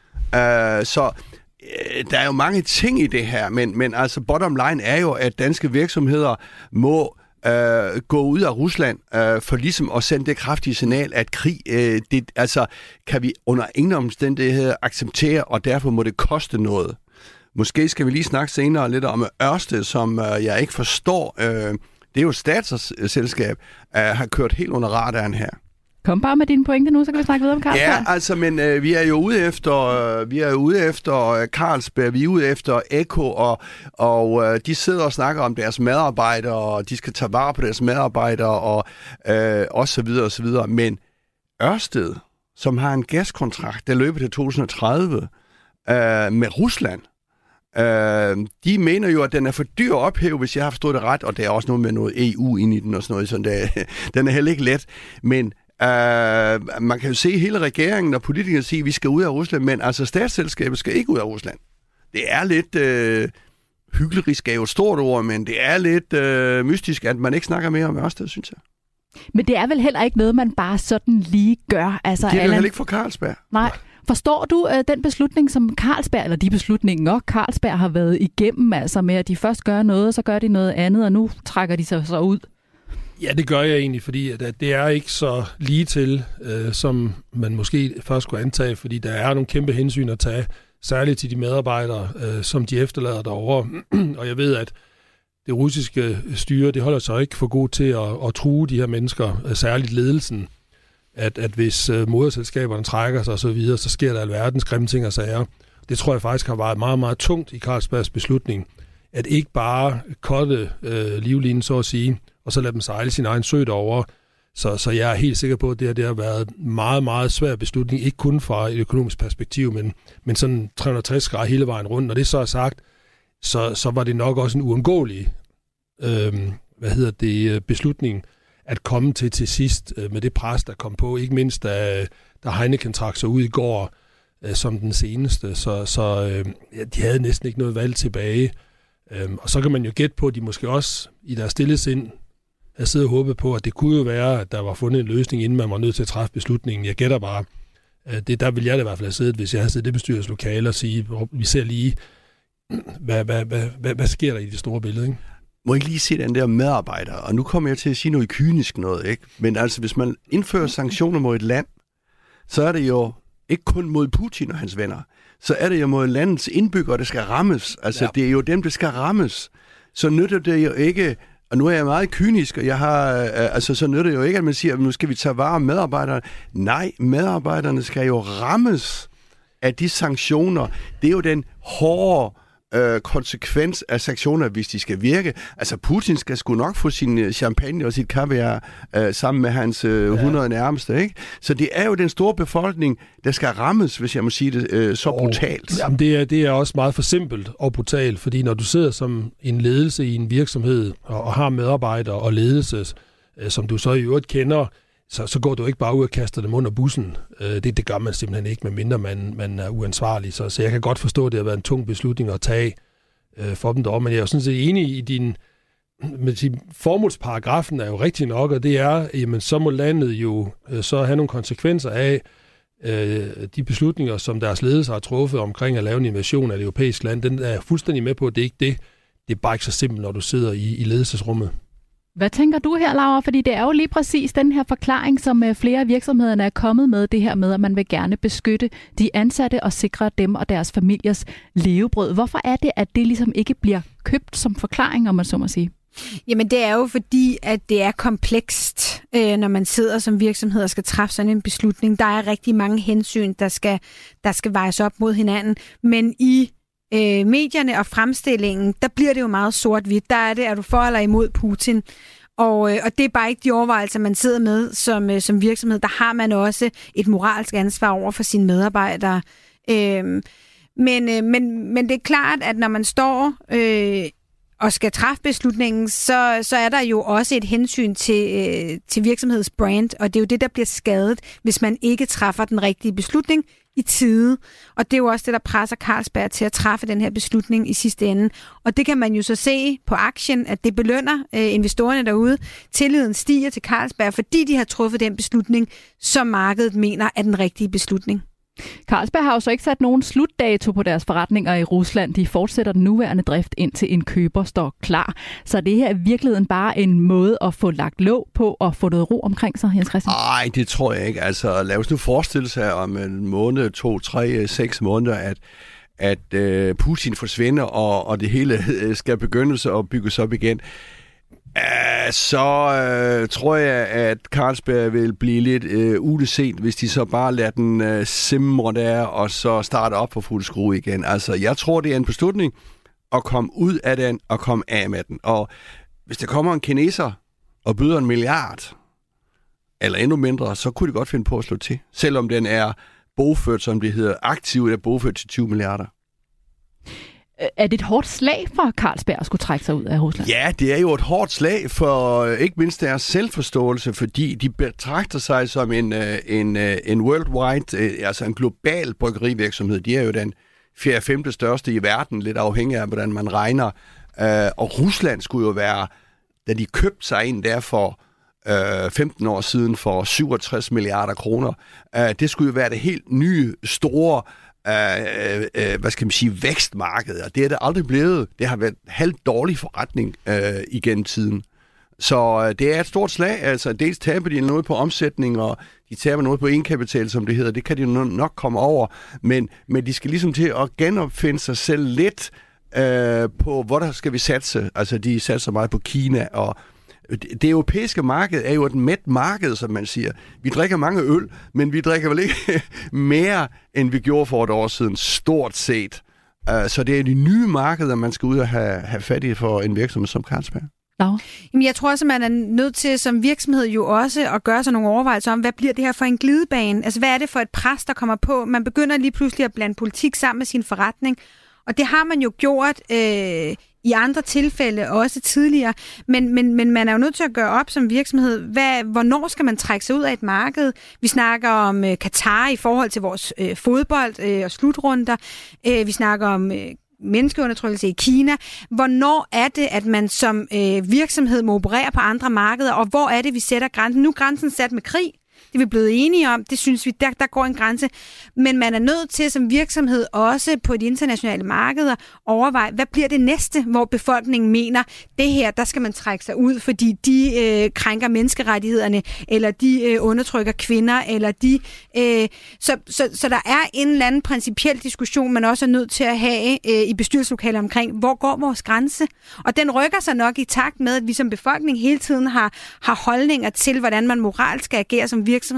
Så der er jo mange ting i det her, men altså bottom line er jo, at danske virksomheder må gå ud af Rusland for ligesom at sende det kraftige signal, at krig, det altså kan vi under ingen omstændigheder acceptere, og derfor må det koste noget. Måske skal vi lige snakke senere lidt om Ørsted, som jeg ikke forstår. Det er jo et statsselskab, har kørt helt under radaren her. Kom bare med dine pointe nu, så kan vi snakke videre om Carlsberg. Ja, altså, men vi er jo ude efter Carlsberg, vi er ude efter Eko, og de sidder og snakker om deres medarbejdere, og de skal tage vare på deres medarbejdere, og så videre, og så videre. Men Ørsted, som har en gaskontrakt, der løber til 2030 med Rusland, de mener jo, at den er for dyr at ophæve, hvis jeg har forstået det ret, og der er også noget med noget EU ind i den og sådan noget, så den er heller ikke let, men man kan jo se hele regeringen og politikere sige, at vi skal ud af Rusland, men altså statsselskabet skal ikke ud af Rusland. Det er lidt hyklerisk, er jo et stort ord, men det er lidt mystisk, at man ikke snakker mere om Ørsted, synes jeg. Men det er vel heller ikke noget, man bare sådan lige gør. Altså, det er jo heller ikke for Carlsberg. Nej. Forstår du den beslutning, som Carlsberg, eller de beslutninger, Carlsberg har været igennem, altså med, at de først gør noget, så gør de noget andet, og nu trækker de sig så ud? Ja, det gør jeg egentlig, fordi at det er ikke så lige til, som man måske først kunne antage, fordi der er nogle kæmpe hensyn at tage, særligt til de medarbejdere, som de efterlader derovre. Og jeg ved, at det russiske styre, det holder sig ikke for god til at true de her mennesker, særligt ledelsen, at hvis moderselskaberne trækker sig og så videre, så sker der alverdens grimme ting og sager. Det tror jeg faktisk har været meget, meget tungt i Carlsbergs beslutning, at ikke bare cutte livlinen, så at sige, og så lade dem sejle sin egen sø derovre. Så jeg er helt sikker på, at det har været en meget, meget svær beslutning, ikke kun fra et økonomisk perspektiv, men sådan 360 grader hele vejen rundt. Når det så er sagt, så var det nok også en uundgåelig beslutning at komme til sidst med det pres, der kom på. Ikke mindst, da Heineken trak sig ud i går som den seneste. Så de havde næsten ikke noget valg tilbage. Og så kan man jo gætte på, at de måske også i deres stille sind havde siddet og håbet på, at det kunne jo være, at der var fundet en løsning, inden man var nødt til at træffe beslutningen. Jeg gætter bare, der ville jeg da i hvert fald have siddet, hvis jeg havde siddet i det bestyrelseslokale og sige, vi ser lige, hvad sker der i det store billede, ikke? Må ikke lige se den der medarbejder, og nu kommer jeg til at sige noget kynisk noget, ikke? Men altså, hvis man indfører sanktioner mod et land, så er det jo ikke kun mod Putin og hans venner, så er det jo mod landets indbyggere, der skal rammes. Altså, ja. Det er jo dem, der skal rammes. Så nytter det jo ikke, og nu er jeg meget kynisk, og så nytter det jo ikke, at man siger, at nu skal vi tage vare om medarbejderne. Nej, medarbejderne skal jo rammes. af de sanktioner, det er jo den hårde konsekvens af sanktioner, hvis de skal virke. Altså, Putin skal sgu nok få sin champagne og sit kaviar sammen med hans 100 nærmeste, ikke? Så det er jo den store befolkning, der skal rammes, hvis jeg må sige det, så brutalt. Jamen, det er også meget for simpelt og brutalt, fordi når du sidder som en ledelse i en virksomhed og har medarbejdere og ledelse, som du så i øvrigt kender, så går du ikke bare ud og kaster dem under bussen. Det gør man simpelthen ikke, medmindre man er uansvarlig. Så jeg kan godt forstå, at det har været en tung beslutning at tage for dem derovre. Men jeg er jo sådan set enig i din formålsparagrafen er jo rigtig nok, og det er, jamen så må landet jo så have nogle konsekvenser af de beslutninger, som deres ledelse har truffet omkring at lave en invasion af et europæisk land. Den er jeg fuldstændig med på, at det er ikke det. Det er bare ikke så simpelt, når du sidder i ledelsesrummet. Hvad tænker du her, Laura? Fordi det er jo lige præcis den her forklaring, som flere af virksomhederne er kommet med, det her med, at man vil gerne beskytte de ansatte og sikre dem og deres familiers levebrød. Hvorfor er det, at det ligesom ikke bliver købt som forklaring, om man så må sige? Jamen det er jo fordi, at det er komplekst, når man sidder som virksomhed og skal træffe sådan en beslutning. Der er rigtig mange hensyn, der skal vejes op mod hinanden. Men i medierne og fremstillingen, der bliver det jo meget sort-hvidt. Der er det, at du for eller imod Putin. Og det er bare ikke de overvejelser, man sidder med som virksomhed. Der har man også et moralsk ansvar over for sine medarbejdere. Men det er klart, at når man står og skal træffe beslutningen, så er der jo også et hensyn til virksomhedsbrand, og det er jo det, der bliver skadet, hvis man ikke træffer den rigtige beslutning i tide. Og det er jo også det, der presser Carlsberg til at træffe den her beslutning i sidste ende. Og det kan man jo så se på aktien, at det belønner investorerne derude. Tilliden stiger til Carlsberg, fordi de har truffet den beslutning, som markedet mener er den rigtige beslutning. Carlsberg har jo så ikke sat nogen slutdato på deres forretninger i Rusland. De fortsætter den nuværende drift, indtil en køber står klar. Så det her er i virkeligheden bare en måde at få lagt låg på og få noget ro omkring sig, Jens Christian? Nej, det tror jeg ikke. Altså, lad os nu forestille sig om en måned, 2, 3, 6 måneder, at Putin forsvinder, og det hele skal begyndes og bygges op igen. Så tror jeg, at Carlsberg vil blive lidt uleset, hvis de så bare lader den simre der, og så starte op på fuld skrue igen. Altså, jeg tror, det er en beslutning at komme ud af den og komme af med den. Og hvis der kommer en kineser og byder 1 milliard, eller endnu mindre, så kunne de godt finde på at slå til. Selvom den er bogført, som det hedder, aktivt er bogført til 20 milliarder. Er det et hårdt slag for Carlsberg at skulle trække sig ud af Rusland? Ja, det er jo et hårdt slag for ikke mindst deres selvforståelse, fordi de betragter sig som en worldwide, altså en global bryggerivirksomhed. De er jo den 4.-5. største i verden, lidt afhængig af, hvordan man regner. Og Rusland skulle jo være, da de købte sig ind der for 15 år siden for 67 milliarder kroner, det skulle jo være det helt nye, store hvad skal man sige, vækstmarked, og det er det aldrig blevet. Det har været halvt dårlig forretning igennem tiden. Så det er et stort slag. Altså, dels taber de noget på omsætning, og de taber noget på egenkapital, som det hedder. Det kan de nok komme over. Men de skal ligesom til at genopfinde sig selv lidt på, hvor der skal vi satse. Altså, de satser meget på Kina, og det europæiske marked er jo et mæt marked, som man siger. Vi drikker mange øl, men vi drikker vel ikke mere, end vi gjorde for et år siden, stort set. Så det er de nye markeder, man skal ud og have fat i for en virksomhed som Carlsberg. Jamen, jeg tror også, man er nødt til som virksomhed jo også at gøre sig nogle overvejelser om, hvad bliver det her for en glidebane? Altså, hvad er det for et pres, der kommer på? Man begynder lige pludselig at blande politik sammen med sin forretning, og det har man jo gjort i andre tilfælde, også tidligere. Men man er jo nødt til at gøre op som virksomhed, hvornår skal man trække sig ud af et marked? Vi snakker om Katar i forhold til vores fodbold og slutrunder. Vi snakker om menneskeundertrykkelse i Kina. Hvornår er det, at man som virksomhed må operere på andre markeder, og hvor er det, vi sætter grænsen? Nu er grænsen sat med krig. Det er vi blevet enige om. Det synes vi, der går en grænse. Men man er nødt til som virksomhed også på de internationale markeder overveje, hvad bliver det næste, hvor befolkningen mener, det her, der skal man trække sig ud, fordi de krænker menneskerettighederne, eller de undertrykker kvinder, eller de... Så der er en eller anden principiel diskussion, man også er nødt til at have i bestyrelseslokaler omkring, hvor går vores grænse? Og den rykker sig nok i takt med, at vi som befolkning hele tiden har holdninger til, hvordan man moralsk skal agere som virksomhed.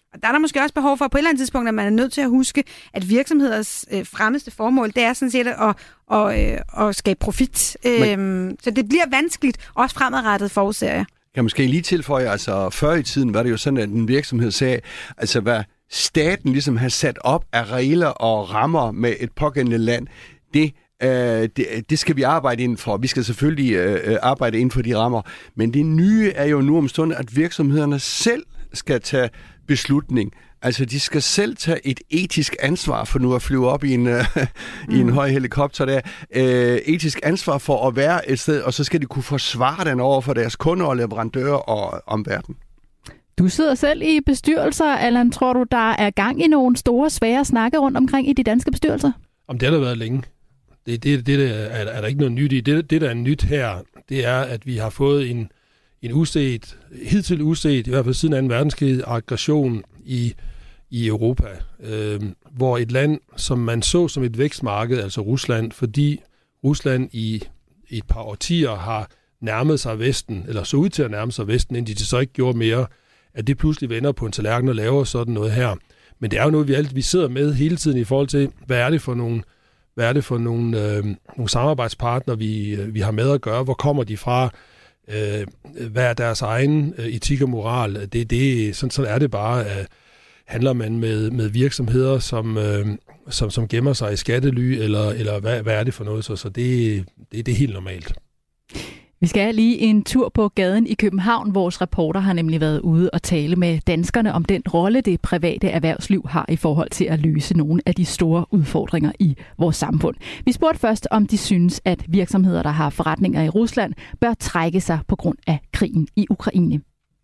Og der er der måske også behov for på et eller andet tidspunkt, at man er nødt til at huske, at virksomheders fremmeste formål, det er sådan set at skabe profit. Så det bliver vanskeligt, også fremadrettet, forudser jeg. Kan måske lige tilføje, altså før i tiden var det jo sådan, at en virksomhed sagde, altså hvad staten ligesom har sat op af regler og rammer med et pågældende land, det skal vi arbejde inden for. Vi skal selvfølgelig arbejde inden for de rammer. Men det nye er jo nu om stunden, at virksomhederne selv skal tage beslutning. Altså, de skal selv tage et etisk ansvar for nu at flyve op i en høj helikopter der. Etisk ansvar for at være et sted, og så skal de kunne forsvare den over for deres kunder og leverandører og omverdenen. Du sidder selv i bestyrelser, Allan. Tror du, der er gang i nogle store, svære snakke rundt omkring i de danske bestyrelser? Om det har der været længe. Det er der ikke noget nyt i. Det, der er nyt her, det er, at vi har fået en hidtil uset, i hvert fald siden 2. verdenskrig, aggression i Europa, hvor et land, som man så som et vækstmarked, altså Rusland, fordi Rusland i et par årtier har nærmet sig Vesten, eller så ud til at nærme sig Vesten, indtil de så ikke gjorde mere, at det pludselig vender på en tallerken og laver sådan noget her. Men det er jo noget, vi sidder med hele tiden i forhold til, hvad er det for nogle samarbejdspartnere, vi har med at gøre, hvor kommer de fra, hvad er deres egen etik og moral. Sådan er det bare. Handler man med virksomheder, som gemmer sig i skattely, eller hvad er det for noget? Så det er helt normalt. Vi skal lige en tur på gaden i København. Vores reporter har nemlig været ude og tale med danskerne om den rolle, det private erhvervsliv har i forhold til at løse nogle af de store udfordringer i vores samfund. Vi spurgte først, om de synes, at virksomheder, der har forretninger i Rusland, bør trække sig på grund af krigen i Ukraine.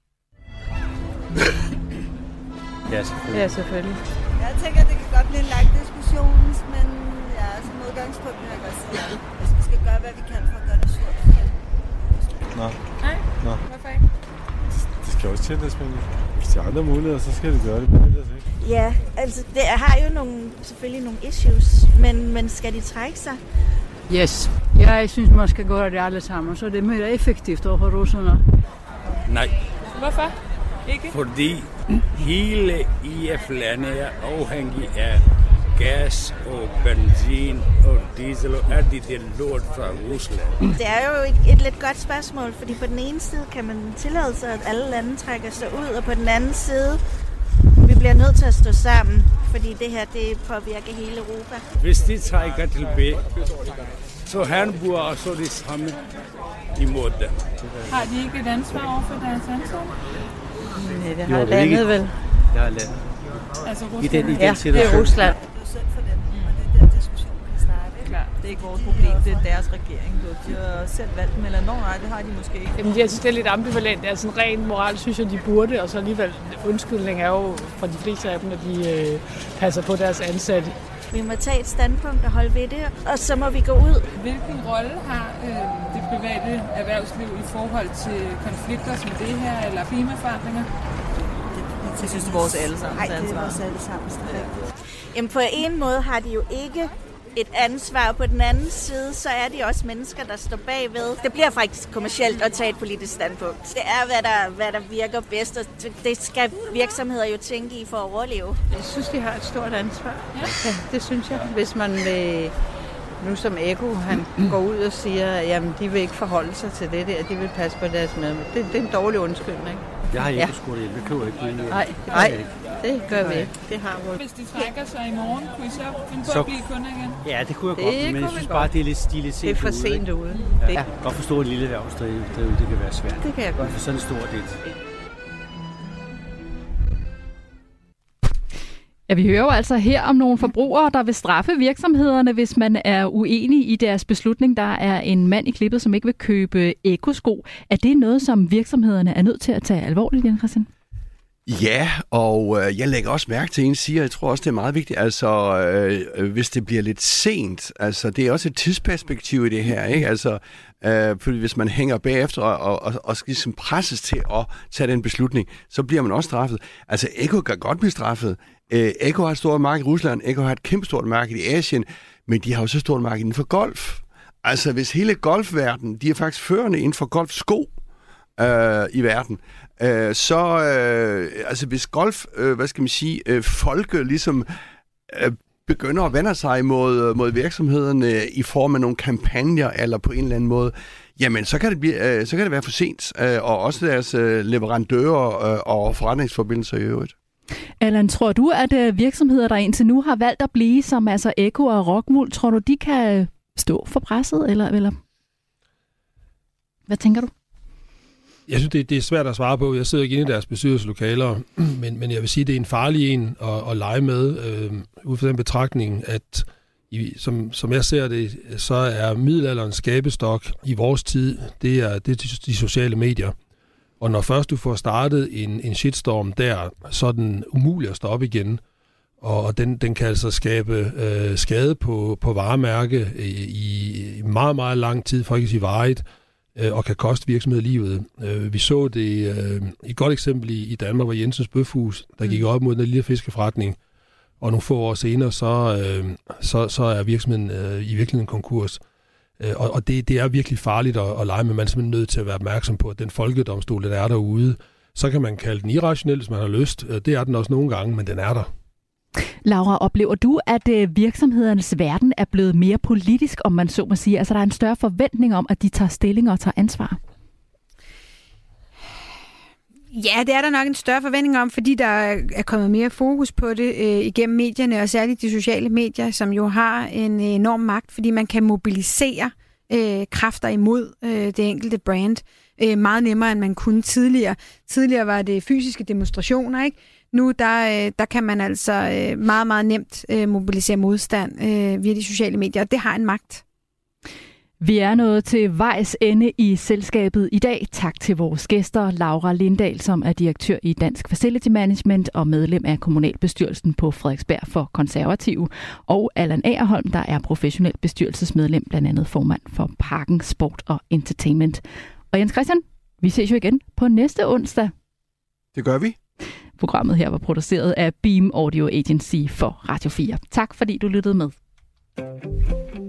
Ja, selvfølgelig. Jeg tænker, det kan godt blive en lang diskussion, men som udgangspunkt vil jeg godt sige, at vi skal gøre, hvad vi kan for at gøre det surt. Nå. Hvorfor ikke? Det skal også tættes, men hvis der er andre muligheder, så skal det gøre det. Ja, altså det har jo selvfølgelig nogle issues, men skal de trække sig? Yes. Jeg synes, man skal gøre det alle sammen, så det er mere effektivt over for russerne. Nej. Hvorfor? Ikke? Fordi hele IF-landet er afhængig af gas og benzin og diesel og alt det lort fra Rusland. Det er jo et lidt godt spørgsmål, fordi på den ene side kan man tillade sig, at alle lande trækker sig ud, og på den anden side, vi bliver nødt til at stå sammen, fordi det her, det påvirker hele Europa. Hvis de trækker tilbage, så Hamburg og så det samme imod dem. Har de ikke et ansvar over for deres ansatte? Nej, det har landet vel. Det har landet. Altså I den situation. Det er Rusland. Det er synd for dem, og det er der diskussion kan starte. Klart, det er ikke vores problem, det er deres regering. De har selv valgt dem, eller nej, det har de måske ikke. Jamen, jeg synes, det er lidt ambivalent. Det er sådan ren moral, synes jeg, de burde, og så alligevel undskyldning er jo fra de fleste af dem, at de passer på deres ansatte. Vi må tage et standpunkt og holde ved det, og så må vi gå ud. Hvilken rolle har det private erhvervsliv i forhold til konflikter som det her, eller klimaforandringer? Jeg synes, det er vores allesammens ansvar. Nej, det er vores allesammens. Jamen på en måde har de jo ikke et ansvar, på den anden side, så er de også mennesker, der står bagved. Det bliver faktisk kommercielt at tage et politisk standpunkt. Det er, hvad der virker bedst, og det skal virksomheder jo tænke i for at overleve. Jeg synes, de har et stort ansvar. Ja, det synes jeg. Hvis man nu som Eko, han går ud og siger, at de vil ikke forholde sig til det der, de vil passe på deres medlemmer. Det er en dårlig undskyldning. Jeg har ikke skudt det. Vi køber ikke. Nej, det gør vi ikke. Det har vi. Hvis de trækker sig i morgen, kunne I så finde på at blive kunder igen? Ja, det kunne jeg godt, men jeg synes bare, det er lidt stiligt sent. Det er for sent ude. Jeg kan godt forstå, at en lille erhvervsdrivende, det kan være svært. Det kan jeg godt. For sådan en stor del. Ja, vi hører jo altså her om nogle forbrugere, der vil straffe virksomhederne, hvis man er uenig i deres beslutning. Der er en mand i klippet, som ikke vil købe ekosko. Er det noget, som virksomhederne er nødt til at tage alvorligt, Jan Christian? Ja, og jeg lægger også mærke til, en siger, jeg tror også, det er meget vigtigt, altså hvis det bliver lidt sent, altså det er også et tidsperspektiv i det her, ikke? Altså, fordi hvis man hænger bagefter og skal ligesom presses til at tage den beslutning, så bliver man også straffet. Altså, Eko kan godt blive straffet. Eko har et stort marked i Rusland, Eko har et kæmpe stort marked i Asien, men de har jo så stort marked inden for golf. Altså, hvis hele golfverdenen, de er faktisk førende inden for golfsko, i verden. Altså hvis golf, folke ligesom begynder at vende sig mod virksomhederne i form af nogle kampagner eller på en eller anden måde, jamen så kan det være for sent, og også deres leverandører og forretningsforbindelser i øvrigt. Allan, tror du, at virksomheder, der indtil nu har valgt at blive, som altså Eko og Rockwool, tror du, de kan stå for presset, eller hvad tænker du? Jeg synes, det er svært at svare på. Jeg sidder ikke inde i deres bestyrelseslokaler, men jeg vil sige, det er en farlig en at lege med, ud fra den betragtning, at som jeg ser det, så er middelalderens skabestok i vores tid, det er de sociale medier. Og når først du får startet en shitstorm der, så er den umulig at stoppe igen. Og den kan altså skabe skade på varemærke i meget, meget lang tid, for ikke at sige varigt, og kan koste virksomheder livet. Vi så det et godt eksempel i Danmark, var Jensens Bøfhus, der gik op mod den lille fiskeforretning, og nogle få år senere, så er virksomheden i virkeligheden konkurs. Og det er virkelig farligt at lege med. Man er simpelthen nødt til at være opmærksom på, at den folkedomstol, der er derude, så kan man kalde den irrationel, hvis man har lyst. Det er den også nogle gange, men den er der. Laura, oplever du, at virksomhedernes verden er blevet mere politisk, om man så må sige? Altså, der er en større forventning om, at de tager stilling og tager ansvar? Ja, det er der nok en større forventning om, fordi der er kommet mere fokus på det igennem medierne, og særligt de sociale medier, som jo har en enorm magt, fordi man kan mobilisere kræfter imod det enkelte brand meget nemmere, end man kunne tidligere. Tidligere var det fysiske demonstrationer, ikke? Nu der kan man altså meget, meget nemt mobilisere modstand via de sociale medier, og det har en magt. Vi er nået til vejs ende i selskabet i dag. Tak til vores gæster, Laura Lindahl, som er direktør i Dansk Facility Management og medlem af kommunalbestyrelsen på Frederiksberg for Konservative, og Allan Agerholm, der er professionel bestyrelsesmedlem, blandt andet formand for Parken Sport og Entertainment. Og Jens Christian, vi ses jo igen på næste onsdag. Det gør vi. Programmet her var produceret af Beam Audio Agency for Radio 4. Tak fordi du lyttede med.